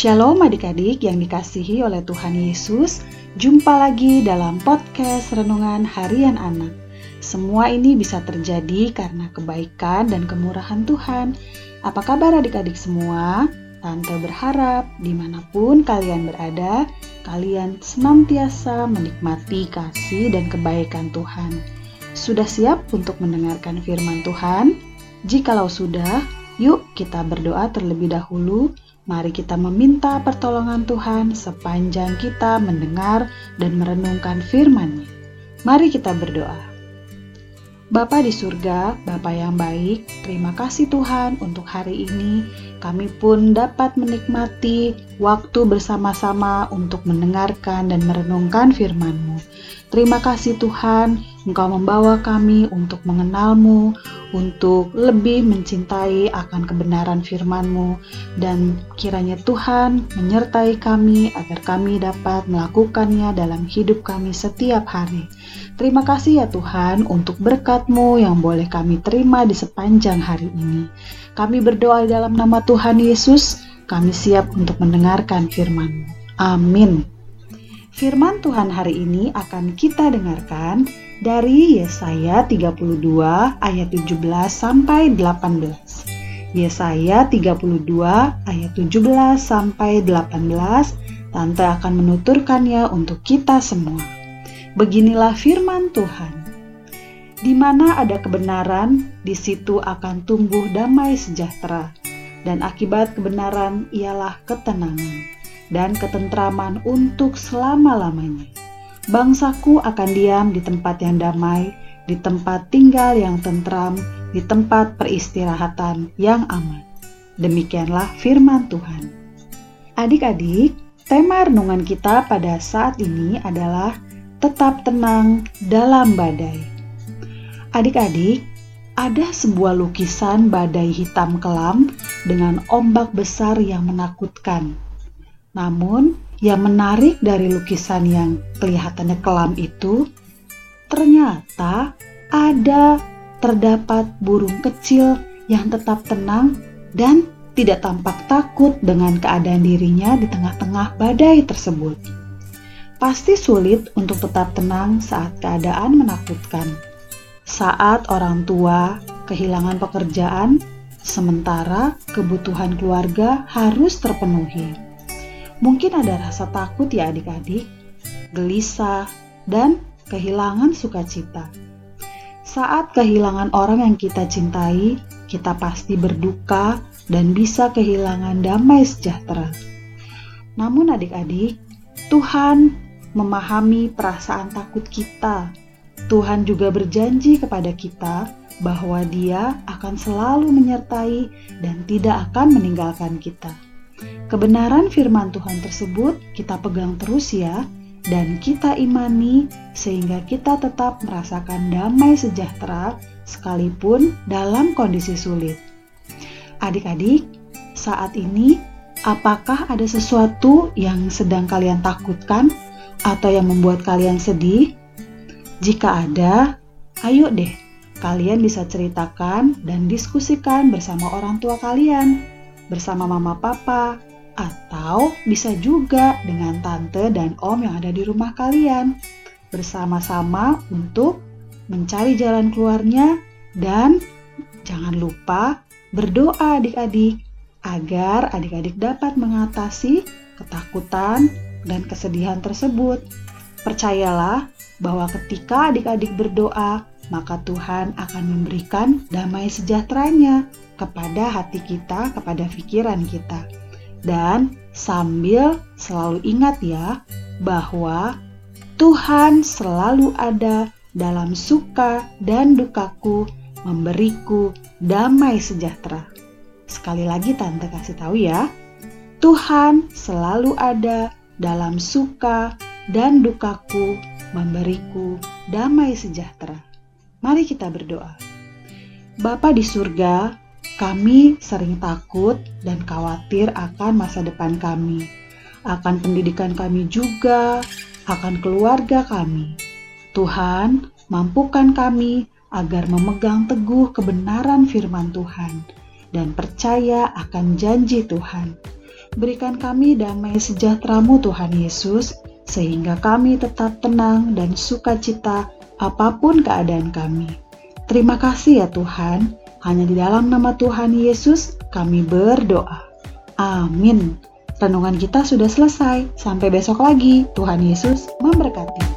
Shalom adik-adik yang dikasihi oleh Tuhan Yesus. Jumpa lagi dalam podcast Renungan Harian Anak. Semua ini bisa terjadi karena kebaikan dan kemurahan Tuhan. Apa kabar adik-adik semua? Tante berharap dimanapun kalian berada, kalian senantiasa menikmati kasih dan kebaikan Tuhan. Sudah siap untuk mendengarkan firman Tuhan? Jikalau sudah, yuk kita berdoa terlebih dahulu. Mari kita meminta pertolongan Tuhan sepanjang kita mendengar dan merenungkan firman-Nya. Mari kita berdoa. Bapa di surga, Bapa yang baik, terima kasih Tuhan untuk hari ini. Kami pun dapat menikmati waktu bersama-sama untuk mendengarkan dan merenungkan firman-Mu. Terima kasih Tuhan, Engkau membawa kami untuk mengenal-Mu, untuk lebih mencintai akan kebenaran firman-Mu, dan kiranya Tuhan menyertai kami agar kami dapat melakukannya dalam hidup kami setiap hari. Terima kasih ya Tuhan untuk berkat-Mu yang boleh kami terima di sepanjang hari ini. Kami berdoa dalam nama Tuhan Yesus, kami siap untuk mendengarkan firman-Mu. Amin. Firman Tuhan hari ini akan kita dengarkan dari Yesaya 32 ayat 17 sampai 18. Yesaya 32 ayat 17 sampai 18, Tante akan menuturkannya untuk kita semua. Beginilah firman Tuhan. Di mana ada kebenaran, di situ akan tumbuh damai sejahtera, dan akibat kebenaran ialah ketenangan dan ketentraman untuk selama-lamanya. Bangsaku akan diam di tempat yang damai, di tempat tinggal yang tentram, di tempat peristirahatan yang aman. Demikianlah firman Tuhan. Adik-adik, tema renungan kita pada saat ini adalah tetap tenang dalam badai. Adik-adik, ada sebuah lukisan badai hitam kelam dengan ombak besar yang menakutkan. Namun, yang menarik dari lukisan yang kelihatannya kelam itu, ternyata terdapat burung kecil yang tetap tenang dan tidak tampak takut dengan keadaan dirinya di tengah-tengah badai tersebut. Pasti sulit untuk tetap tenang saat keadaan menakutkan. Saat orang tua kehilangan pekerjaan, sementara kebutuhan keluarga harus terpenuhi. Mungkin ada rasa takut ya adik-adik, gelisah, dan kehilangan sukacita. Saat kehilangan orang yang kita cintai, kita pasti berduka dan bisa kehilangan damai sejahtera. Namun adik-adik, Tuhan memahami perasaan takut kita. Tuhan juga berjanji kepada kita bahwa Dia akan selalu menyertai dan tidak akan meninggalkan kita. Kebenaran firman Tuhan tersebut kita pegang terus ya, dan kita imani sehingga kita tetap merasakan damai sejahtera sekalipun dalam kondisi sulit. Adik-adik, saat ini apakah ada sesuatu yang sedang kalian takutkan atau yang membuat kalian sedih? Jika ada, ayo deh kalian bisa ceritakan dan diskusikan bersama orang tua kalian, bersama mama papa, atau bisa juga dengan tante dan om yang ada di rumah kalian, bersama-sama untuk mencari jalan keluarnya. Dan jangan lupa berdoa adik-adik, agar adik-adik dapat mengatasi ketakutan dan kesedihan tersebut. Percayalah bahwa ketika adik-adik berdoa, maka Tuhan akan memberikan damai sejahteranya kepada hati kita, kepada pikiran kita. Dan sambil selalu ingat ya, bahwa Tuhan selalu ada dalam suka dan dukaku, memberiku damai sejahtera. Sekali lagi Tante kasih tahu ya, Tuhan selalu ada dalam suka dan dukaku, memberiku damai sejahtera. Mari kita berdoa. Bapa di surga, kami sering takut dan khawatir akan masa depan kami, akan pendidikan kami juga, akan keluarga kami. Tuhan, mampukan kami agar memegang teguh kebenaran firman Tuhan dan percaya akan janji Tuhan. Berikan kami damai sejahtera-Mu Tuhan Yesus, sehingga kami tetap tenang dan sukacita apapun keadaan kami. Terima kasih ya Tuhan, hanya di dalam nama Tuhan Yesus kami berdoa. Amin. Renungan kita sudah selesai. Sampai besok lagi. Tuhan Yesus memberkati.